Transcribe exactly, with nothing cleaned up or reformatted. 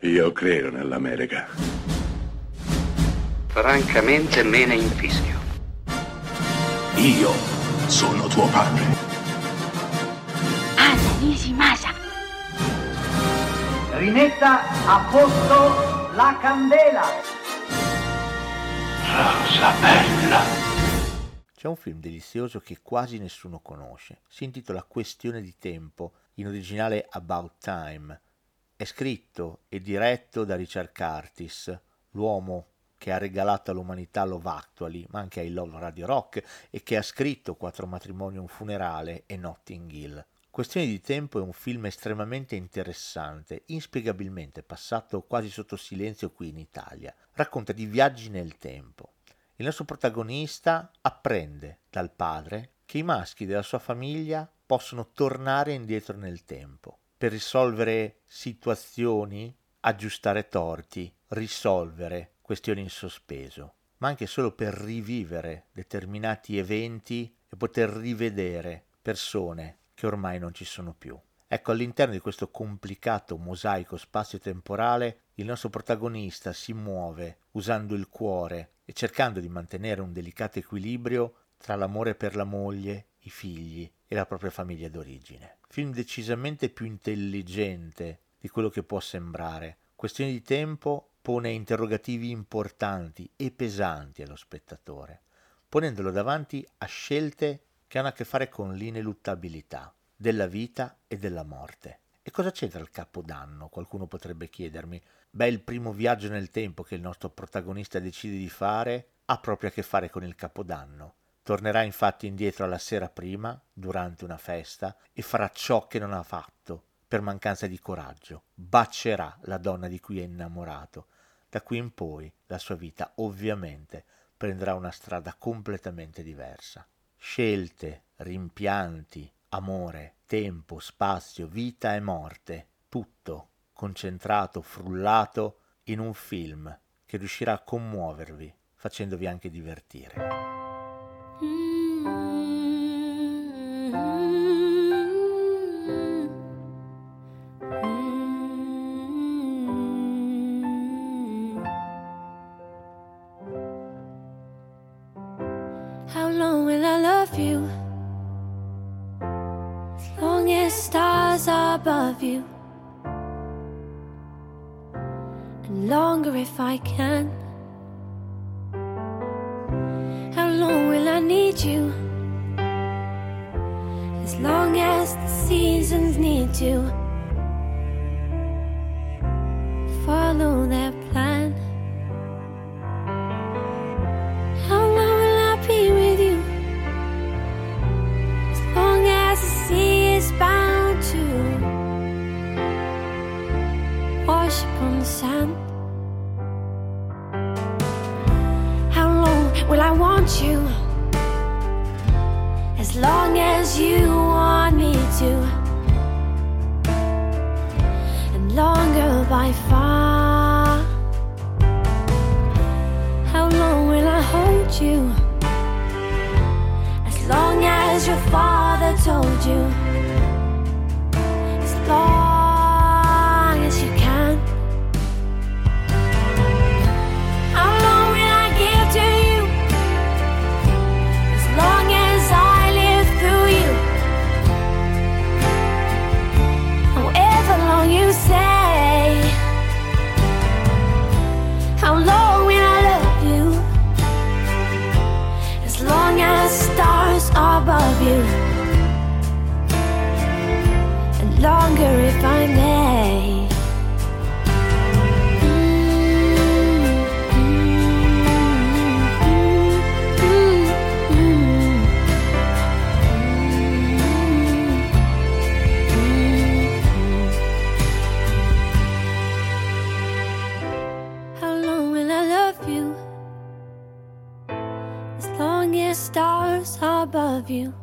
Io credo nell'America. Francamente me ne infischio. Io sono tuo padre. Anna Nishimasa. Rimetta a posto la candela. Rosa bella. C'è un film delizioso che quasi nessuno conosce. Si intitola Questione di tempo, in originale About Time. È scritto e diretto da Richard Curtis, l'uomo che ha regalato all'umanità Love Actually, ma anche I Love Radio Rock, e che ha scritto Quattro matrimoni, un funerale e Notting Hill. Questione di tempo è un film estremamente interessante, inspiegabilmente passato quasi sotto silenzio qui in Italia. Racconta di viaggi nel tempo. Il nostro protagonista apprende dal padre che i maschi della sua famiglia possono tornare indietro nel tempo per risolvere situazioni, aggiustare torti, risolvere questioni in sospeso, ma anche solo per rivivere determinati eventi e poter rivedere persone che ormai non ci sono più. Ecco, all'interno di questo complicato mosaico spazio-temporale, il nostro protagonista si muove usando il cuore e cercando di mantenere un delicato equilibrio tra l'amore per la moglie, i figli e la propria famiglia d'origine. Film decisamente più intelligente di quello che può sembrare. Questione di tempo pone interrogativi importanti e pesanti allo spettatore, ponendolo davanti a scelte che hanno a che fare con l'ineluttabilità della vita e della morte. E cosa c'entra il Capodanno? Qualcuno potrebbe chiedermi. Beh, il primo viaggio nel tempo che il nostro protagonista decide di fare ha proprio a che fare con il Capodanno. Tornerà infatti indietro alla sera prima, durante una festa, e farà ciò che non ha fatto per mancanza di coraggio. Bacerà la donna di cui è innamorato. Da qui in poi la sua vita ovviamente prenderà una strada completamente diversa. Scelte, rimpianti, amore, tempo, spazio, vita e morte, tutto concentrato, frullato in un film che riuscirà a commuovervi, facendovi anche divertire. How long will I love you? As long as stars are above you, and longer if I can. How long will I need you? As long as the seasons need to follow their plan. How long will I be with you? As long as the sea is bound to wash upon the sand. How long will I want you? As long as you want me to, and longer by far. How long will I hold you? As long as your father told you. As long as you can. How long will I give to you? As long as I live through you. However long you say. How long will I love you? As long as stars are above you, and longer if I may. How long will I love you? As long as stars are above you,